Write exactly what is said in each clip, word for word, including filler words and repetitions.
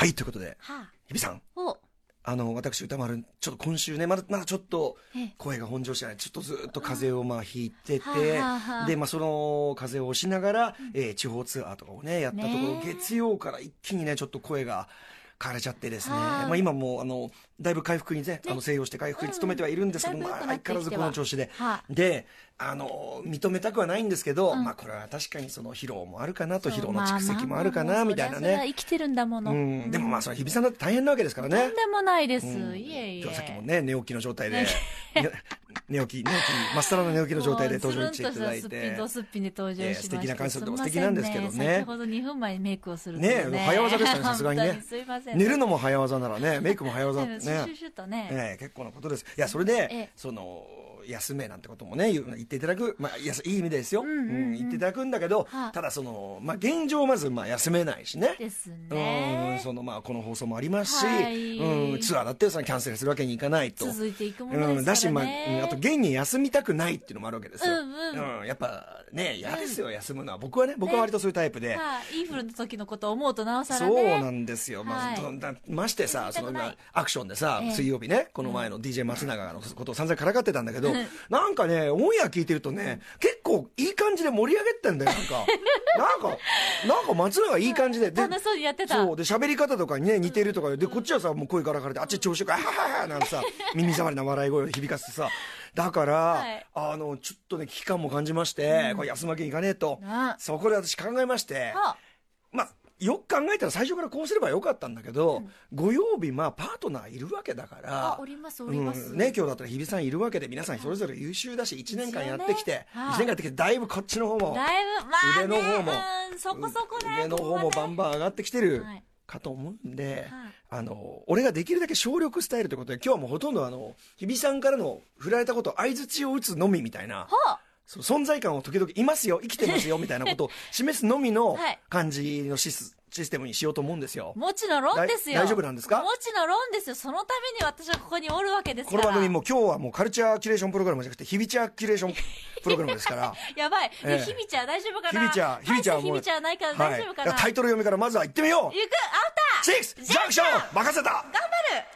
はい、ということで、 はあ、 日比さん。 おあの、私、歌丸、ちょっと今週ね、まだ、まだちょっと、声が本調子じゃない、ちょっとずっと風邪をまあ引いてて、はあはあ、で、まあその風邪をしながら、うん、えー、地方ツアーとかをね、やったところ、月曜から一気にね、ちょっと声が変われちゃってですね、はあ、まあ今も、あの、だいぶ回復にね、ねあの、静養して回復に努めてはいるんですけど、うん、まあ相変わらずこの調子で。はあ、で、あの、認めたくはないんですけど、うん、まあこれは確かにその疲労もあるかなと、疲労の蓄積もあるかな、みたいなね。 それは生きてるんだもの。 うん、でもまあそれ日比さんだって大変なわけですからね。 とんでもないです。うん、いえいえ。 今日さっきもね、寝起きの状態で、寝起き、寝起き、まっさらの寝起きの状態で登場していただいて。 すっぴんとすっぴんで登場しました。 素敵な感想でも素敵なんですけどね。 先ほどにふんまえにメイクをするね。ね、早技でしたね、さすがにね。 すいません。 寝るのも早技ならね、メイクも早技ね。 シュシュシュとね。 結構なことです。いや、それで、その、休めなんてこともね言っていただく、まあ、いいい意味ですよ、うんうんうん、言っていただくんだけど、はあ、ただその、まあ、現状まずまあ休めないしねですね、 うん、そのまあこの放送もありますし、はい、うん、ツアーだってそのキャンセルするわけにいかないと続いていくものですからね、うん、だし、 まあ、あと現に休みたくないっていうのもあるわけですよ、うんうんうん、やっぱね嫌ですよ、うん、休むのは僕はね僕は割とそういうタイプで、ね、 はあ、インフルの時のことを思うとなおさらねそうなんですよ、まあはい、ましてさその今アクションでさ、ええ、水曜日ねこの前の ディージェー 松永のことを散々からかってたんだけど、うん、なんかねオンエア聞いてるとね、結構いい感じで盛り上げてんだよ、なんか。なんか、なんか松永いい感じで。で楽しそうにやってた。 そう。で、喋り方とかにね、似てるとかで、で、こっちはさ、もう声からかれて、あっち調子よく、あはははなんてさ、耳障りな笑い声を響かせてさ。だから、はい、あの、ちょっとね、危機感も感じまして、うん、これ休むわけにいかねえと。そこで私考えまして、はあ、まあ、よく考えたら最初からこうすればよかったんだけど、うん、ご曜日まあパートナーいるわけだからあおりますおります、 うん、ね今日だったら日比さんいるわけで皆さんそれぞれ優秀だしいちねんかんやってきて、ね、いちねんかんやってきてだいぶこっちの方もだいぶ、まあね、 腕の方も、 うん、そこそこね腕の方もバンバン上がってきてる、はい、かと思うんで、はい、あの俺ができるだけ省力スタイルということで今日はもうほとんどあの日比さんからの振られたこと相槌を打つのみみたいな、はあ存在感を時々いますよ生きてますよみたいなことを示すのみの感じのシス、システムにしようと思うんですよ。 もちろん論ですよ。 大丈夫なんですか？ もちろん論ですよ。そのために私はここにおるわけですから。 この番組も今日はもうカルチャーキュレーションプログラムじゃなくて日々チャーキュレーションプログラムですからやばい、えー、日々チャー大丈夫かな。 日々チャー日々チャーもう日々チャーないから大丈夫かな、 はい、タイトル読みからまずは行ってみよう。 行くアウターシックスジャンクション任せた。頑張る。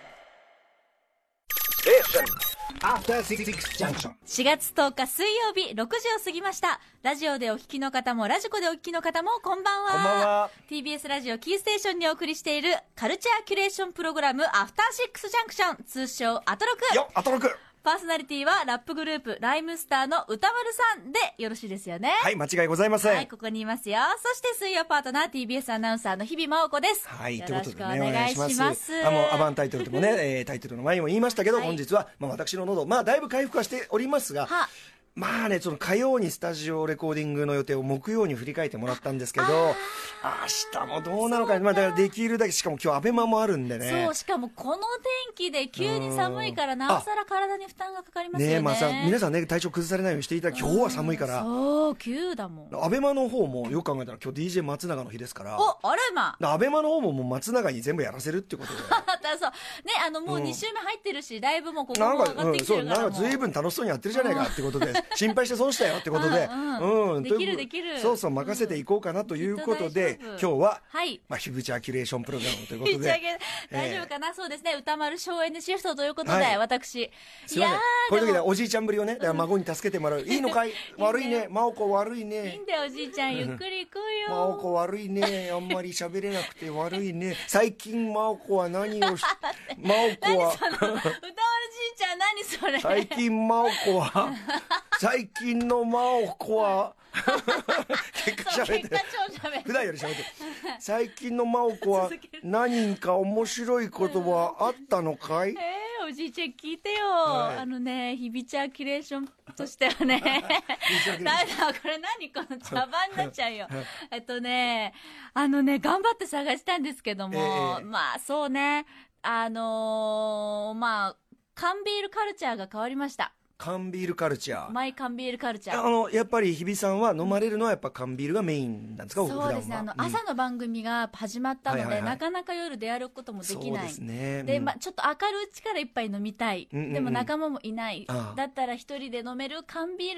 しがつとおか水曜日ろくじを過ぎました。ラジオでお聞きの方もラジコでお聞きの方もこんばんは。 こんばんは。 ティービーエス ラジオキーステーションにお送りしているカルチャーキュレーションプログラムアフターシックスジャンクション、通称アトロク。 よアトロク。 パーソナリティはラップグループライムスターの歌丸さんでよろしいですよね。 はい、間違いございません。 はい、ここにいますよ。そして水曜パートナー ティービーエス アナウンサーの日々真央子です。 はい、 よろしくお願いします。 あのアバンタイトルでもね、えー、タイトルの前にも言いましたけど、はい、本日は、まあ、私の喉まあだいぶ回復はしておりますが、はまあね、その火曜にスタジオレコーディングの予定を木曜に振り返ってもらったんですけど、明日もどうなのか、まあ、だからできるだけ、しかも今日アベマもあるんでね。 そう、しかもこの天気で急に寒いからなおさら体に負担がかかりますよね。ね、まあさ、皆さんね、体調崩されないようにしていただき、今日は寒いから。そう、急だもん。アベマの方もよく考えたら今日 ディージェー 松永の日ですから。 お、あれまアベマの方ももう松永に全部やらせるってことで。 そう。ね、あの、もうに週目入ってるし、だいぶもうここも上がってきてるから。 なんか、うん、そう、なんか随分楽しそうにやってるじゃないかってことで、心配して損したよってことで、 うん、できるできる、 そうそう任せていこうかなということで、今日は、はいまあ、ヒブチャーキュレーションプログラムということで大丈夫かな、そうですね、歌丸省エネシフトということで、私いやこういう時でおじいちゃんぶりをね、だから孫に助けてもらう。いいのかい悪いね、真央子悪いね。 いいんだよおじいちゃん、ゆっくり行こうよ。 真央子悪いね、あんまり喋れなくて悪いね。最近真央子は何をし真央子は歌丸じいちゃん何それ。 最近真央子は最近の真央子は結果喋って普段より喋って最近の真央子は何か面白いことはあったのかい。 えー、おじいちゃん聞いてよ、はい、あのね日々チャーキュレーションとしてはねだだこれ何この茶番になっちゃうよえっとねあのね頑張って探したんですけども、えー、まあそうねあのー、まあ缶ビールカルチャーが変わりました。 缶ビールカルチャー、 マイ缶ビールカルチャー、 あのやっぱり日比さんは飲まれるのはやっぱ缶ビールがメインなんですか。うん、 そうですね、あの、うん、朝の番組が始まったので、はいはいはい、なかなか夜出歩くこともできない。そうですね、うん、で、ま、ちょっと明るいうちから一杯飲みたい、うんうんうん、でも仲間もいない、だったら一人で飲める缶ビール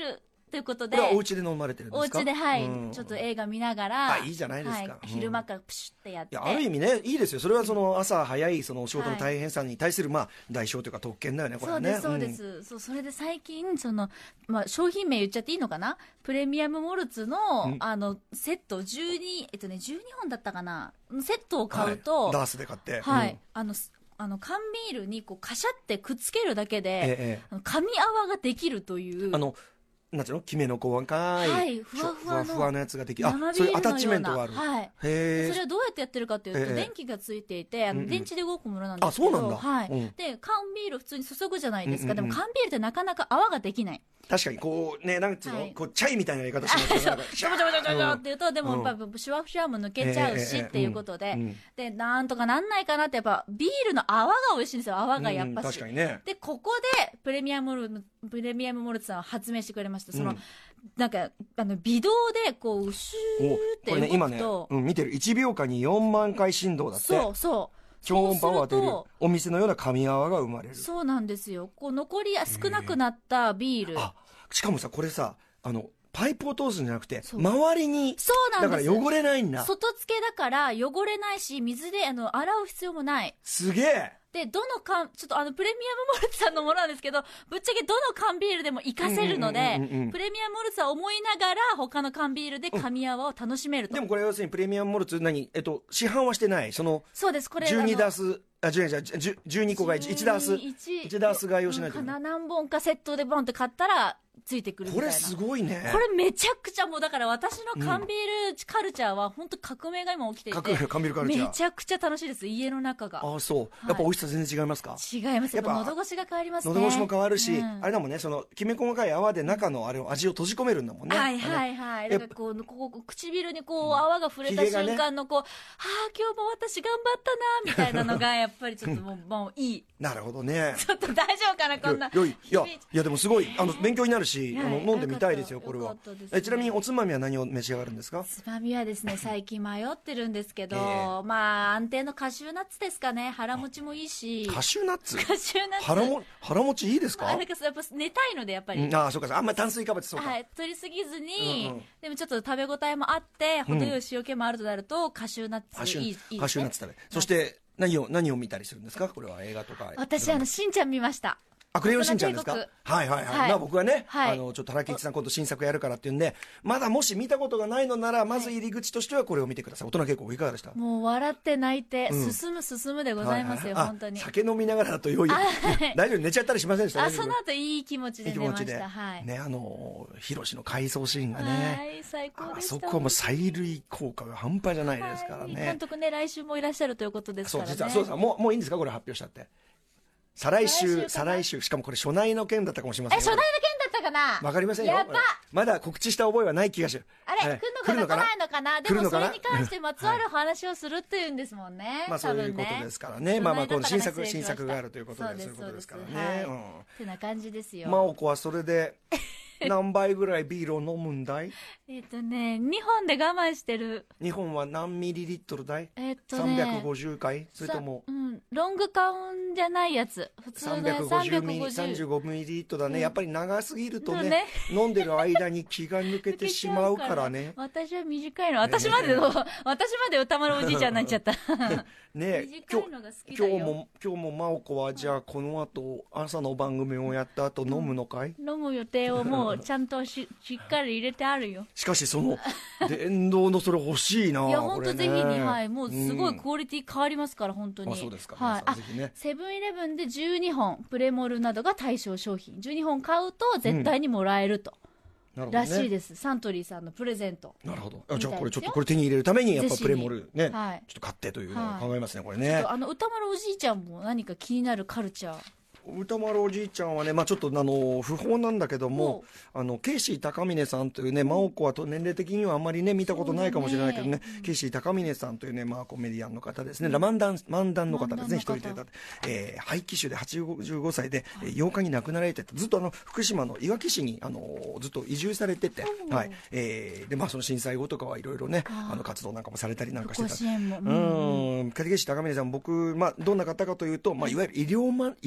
ということで、 これはお家で飲まれてるんですか？ お家で、はい、 うん、 ちょっと映画見ながら、 あ、いいじゃないですか、はい、 昼間からプシュってやって、 いや、ある意味ね、いいですよ。それはその朝早いそのお仕事の大変さに対する、まあ代償というか特権だよね、これね。 そうです、そうです、うん、そう、それで最近その、まあ、商品名言っちゃっていいのかな、プレミアムモルツの、うん、あのセットじゅうに、えっとね、じゅうにほんだったかな、セットを買うと、 はい、ダースで買って、 はい、 うん、 あのあの缶ビールにこうカシャってくっつけるだけで、 ええ、 紙泡ができるという、 あのなんていうの、きめの細かい、 はい、ふわふわのふわふわのやつができる、あ、そういうアタッチメントがある、 はい、 へー、 それはどうやってやってるかというと、 ええ、 電気がついていて、あの、うんうん、電池で動くものなんであ、 すけど、 そうなんだ、 はい、 うん、 で缶ビール普通に注ぐじゃないですか、 うんうんうん、 でも缶ビールってなかなか泡ができない。 確かにこうね、なんつうの、はい、こうチャイみたいなやり方しますけど、ちょぼちょぼちょぼちょぼって言うと、でもやっぱシュワシュワも抜けちゃうし、っていうことで、でなんとかなんないかなって、やっぱビールの泡が美味しいんですよ、泡がやっぱし、 うん、確かにね。 でここでプレミアムモルプレミアムモルツさんは発明してくれました。その、うん、なんかあの微動でこうシューって動くと、これね今ね、 うん、見てるいちびょうかんによんまんかい振動だって。 そうそう超音波を当てるお店のような紙泡が生まれる。 そうなんですよ。こう残り少なくなったビール、 あ、しかもさこれさ、あのパイプを通すんじゃなくて周りに、 そうなんです、 だから汚れないんだ。 外付けだから汚れないし、水であの洗う必要もない。 すげえ。 でどの缶、ちょっとあのプレミアムモルツさんのものなんですけど、ぶっちゃけどの缶ビールでも活かせるので、プレミアムモルツは思いながら他の缶ビールで紙泡を楽しめると、 うん、でもこれ要するにプレミアムモルツ何、えっと、市販はしてない、そのそうです、これじゅうにダース、あ、じゅうに、じゅうにこがいちダース、いちダース買いをしないといけない。 何本かセットでボンって買ったらついてくるみたいな。 これすごいね。 これめちゃくちゃ、もうだから私の缶ビールカルチャーは本当革命が今起きていて、 革命、缶ビールカルチャーめちゃくちゃ楽しいです、家の中が。 ああ、そう、やっぱ美味しさ全然違いますか？ 違います。やっぱ喉越しが変わりますね。 喉越しも変わるし、 うん、 あれだもんね、そのきめ細かい泡で中のあれを味を閉じ込めるんだもんね。 はいはいはい。だからこうここ唇にこう泡が触れた瞬間のこう、はあ今日も私頑張ったなみたいなのがやっぱりちょっともうもういい。 なるほどね。 ちょっと大丈夫かなこんな。 いやいやいやでもすごいあの勉強になるし、あの飲んでみたいですよこれは。えちなみにおつまみは何を召し上がるんですか？ つまみはですね、最近迷ってるんですけど、えー、まあ安定のカシューナッツですかね。腹持ちもいいし。 カシューナッツ？ カシューナッツ。 腹も腹持ちいいですか？ あ、なんかやっぱ寝たいのでやっぱり。 うん、ああそうか、あんまり炭水化物そうか。 はい、取りすぎずに、うんうん、でもちょっと食べ応えもあって程よい塩気もあるとなると、うん、カシューナッツいいいいですね。 カシューナッツ食べ。そして何を何を見たりするんですか？これは映画とか。 私あのしんちゃん見ました。 あ、クレヨンしんちゃんですか？はいはいはい、はい、まあ僕はね、はい、あのちょっと原吉さん今度新作やるからっていうんで、まだもし見たことがないのならまず入り口としてはこれを見てください。大人稽古いかがでした？ もう笑って泣いて、うん、進む進むでございますよ、はいはい、本当に。酒飲みながらだと良い。大丈夫、寝ちゃったりしませんでした？ あ、その後いい気持ちで寝ました。いいはい、 ね、あのヒロシの回想シーンがね、 はい最高でした。 あそこも催涙効果が半端じゃないですからね。 はい、監督ね来週もいらっしゃるということですからね。 そう実はそうです。もうもういいんですかこれ発表しちゃって。再来週、再来週、しかもこれ初内の件だったかもしれません。 え、初内の件だったかな？ わかりませんよ。 やば。 まだ告知した覚えはない気がする。 あれ、来るのかな来ないのかな？でもそれに関してまつわる話をするっていうんですもんね。 まあそういうことですからね。まあまあこの新作、新作があるということで、そういうことですからね。 うん。ってな感じですよ。 真央子はそれで何杯ぐらいビールを飲むんだい？ えっとね、にほんで我慢してる。 にほんは何ミリリットルだい？ えっとね、さんびゃくごじゅうかい？それとも、 うん、ロングカウンじゃないやつ。普通のさんびゃくごじゅうミリ、 さんじゅうごミリリットルだね、うん。やっぱり長すぎるとね、ね飲んでる間に気が抜けてしまうからね。 私は短いの。私までの、私まで歌丸おじいちゃんになっちゃった。ね短いのが好きだよ。 今日も、今日も真央子はじゃあこの後、朝の番組をやった後飲むのかい？ 飲む予定をもうちゃんとししっかり入れてあるよ。 しかしその電動のそれ欲しいな。 いや本当ぜひに、はい、もうすごいクオリティ変わりますから本当に。 あ、そうですか。 はい。あ、セブンイレブンでじゅうにほんプレモルなどが対象商品、じゅうにほん買うと絶対にもらえると。うん、らしいです。サントリーさんのプレゼント。 なるほど。あ、じゃあこれちょっとこれ手に入れるためにやっぱプレモルね、はい、ちょっと買ってというのを考えますね、これね。 あの歌丸おじいちゃんも何か気になるカルチャー。 歌丸おじいちゃんはね、まあ、ちょっとあの不法なんだけども、あのケイシー高峰さんというね、真央子は年齢的にはあんまりね見たことないかもしれないけどね、ケイシー高峰さんというね、まあ、コメディアンの方ですね、ラマンダン漫談の方ですね、一人で、えー、廃棄種ではちじゅうごさいで、はい、ようかに亡くなられて、ずっとあの福島のいわき市にあのずっと移住されてて、はい、えー、でまあその震災後とかはいろいろね、あの活動なんかもされたりなんかしてた。うん、ケイシー高峰さん、僕、まあ、どんな方かというと、まあ、いわゆる医療マン医療マン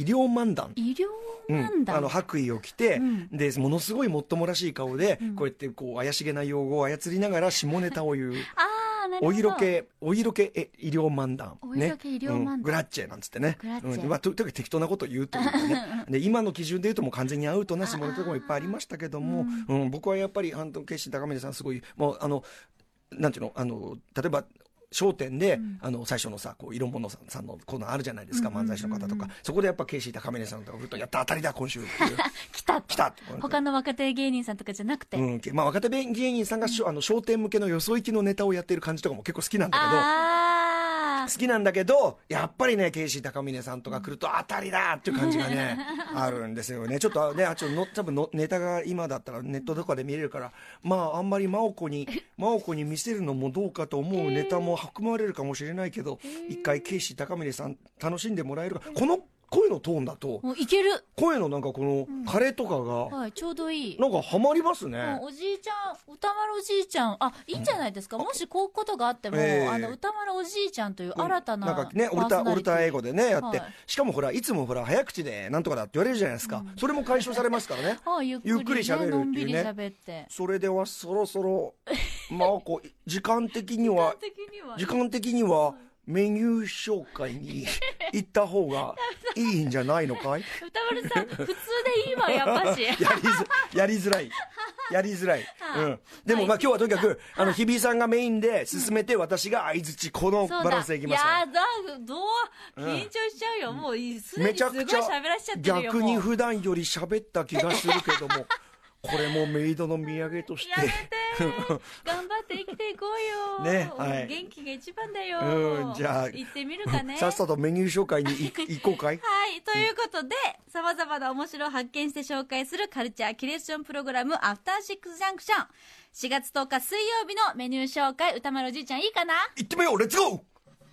漫談。 医療漫談、 うん、あの白衣を着て、うん、でものすごいもっともらしい顔で、うん、こうやってこう怪しげな用語を操りながら下ネタを言うあー、なるほど。 お色気お色気え医療漫談、 お色気医療漫談、 ね、うん、グラッチェなんつってね、 グラッチェ、 うん、まあ、とにかく適当なことを言うというかねで今の基準で言うともう完全にアウトな下ネタとかもいっぱいありましたけども、うん、うん、僕はやっぱりハントン・ケイシー高峰さんすごいもうあのなんていうのあの例えば笑点で、うん、あの最初のさこう色物さんのコーナーあるじゃないですか、うんうんうんうん、漫才師の方とかそこでやっぱケイシー高峰さんとか振るとやった当たりだ今週っていう来た来た他の若手芸人さんとかじゃなくて、 うんまあ、若手芸人さんが、うん、あの笑点向けのよそ行きのネタをやってる感じとかも結構好きなんだけど好きなんだけどやっぱりねケイシー高峰さんとか来ると当たりだっていう感じがねあるんですよね。ちょっとねあちょっとの多分のネタが今だったらネットとかで見れるからまああんまり真央子に真央子に見せるのもどうかと思うネタも含まれるかもしれないけど、一回ケイシー高峰さん楽しんでもらえるかこの声のトーンだといける声のなんかこのカレーとかが、 うんはい、ちょうどいいなんかハマりますね。 おじいちゃん歌丸おじいちゃんあいいんじゃないですか、うん、もしこういうことがあっても、えー、あの歌丸おじいちゃんという新たな、うん、なんかねオルタオルタ英語でねやって、はい、しかもほらいつもほら早口でなんとかだって言われるじゃないですか、うん、それも解消されますからねはあ、ゆっくり喋るっていうねのんびり喋ってそれではそろそろまあこう時間的には時間的にはメニュー紹介に行った方がいいんじゃないのかい歌丸さん普通でいいわやっぱしやりづやりづらいやりづらい、うん、でもまあ今日はとにかくあの日比さんがメインで進めて私が相づちこのバランスでいきますからやだどう緊張しちゃうよ、うん、もうすでにすごい喋らしちゃってるよ逆に普段より喋った気がするけどもこれもメイドの土産としてやめて頑張って生きていこうよ、ねはい、元気が一番だよ、うん、じゃあ行ってみるかねさっさとメニュー紹介に行こうかいはいということでさまざまな面白を発見して紹介するカルチャーキュレーションプログラムアフターシックスジャンクションしがつとおか水曜日のメニュー紹介歌丸おじいちゃんいいかな行ってみようレッツゴー。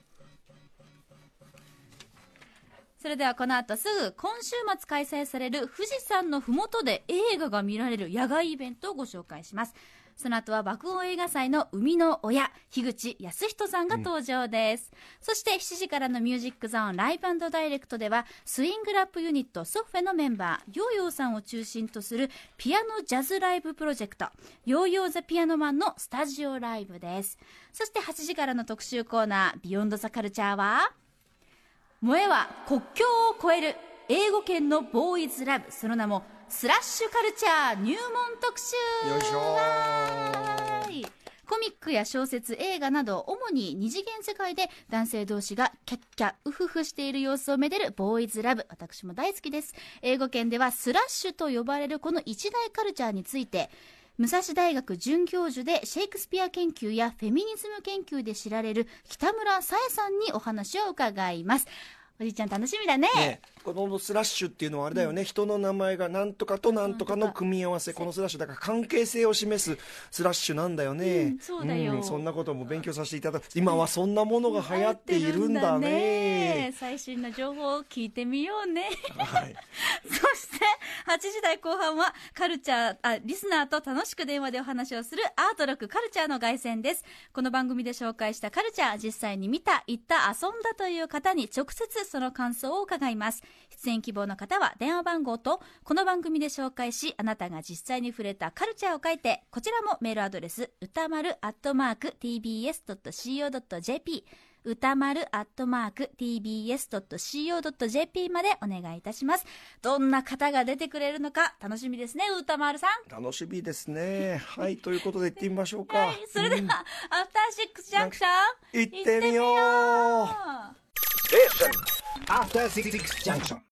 それではこの後すぐ今週末開催される富士山のふもとで映画が見られる野外イベントをご紹介します。その後は爆音映画祭の生みの親樋口康人さんが登場です、うん、そしてしちじからのミュージックゾーンライブ&ダイレクトではスイングラップユニットソフェのメンバーヨーヨーさんを中心とするピアノジャズライブプロジェクトヨーヨーザピアノマンのスタジオライブです。そしてはちじからの特集コーナービヨンドザカルチャーは萌えは国境を越える英語圏のボーイズラブその名もスラッシュカルチャー入門特集。 よいしょー。 コミックや小説映画など主に二次元世界で男性同士がキャッキャウフフしている様子をめでるボーイズラブ私も大好きです。英語圏ではスラッシュと呼ばれるこの一大カルチャーについて武蔵大学准教授でシェイクスピア研究やフェミニズム研究で知られる北村さえさんにお話を伺います。おじいちゃん楽しみだ ね, ねこのスラッシュっていうのはあれだよね、うん、人の名前がなんとかとなんとかの組み合わせこのスラッシュだから関係性を示すスラッシュなんだよね、 うん、そうだよ、うん、 そんなことも勉強させていただく今はそんなものが流行っているんだ ね, んだね最新の情報を聞いてみようね、 はい、 そしてはちじ台後半はカルチャーあリスナーと楽しく電話でお話をするアートロックカルチャーの凱旋です。この番組で紹介したカルチャー実際に見た行った遊んだという方に直接その感想を伺います。出演希望の方は電話番号とこの番組で紹介しあなたが実際に触れたカルチャーを書いてこちらもメールアドレス歌丸アットマーク ティービーエスドットシーオードットジェーピー 歌丸アットマーク ティービーエスドットシーオードットジェーピー までお願いいたします。どんな方が出てくれるのか楽しみですね歌丸さん。 楽しみですねはいということで行ってみましょうか、はい、 それでは、うん、アフターシックスジャンクション行ってみよう。 After Six Junction.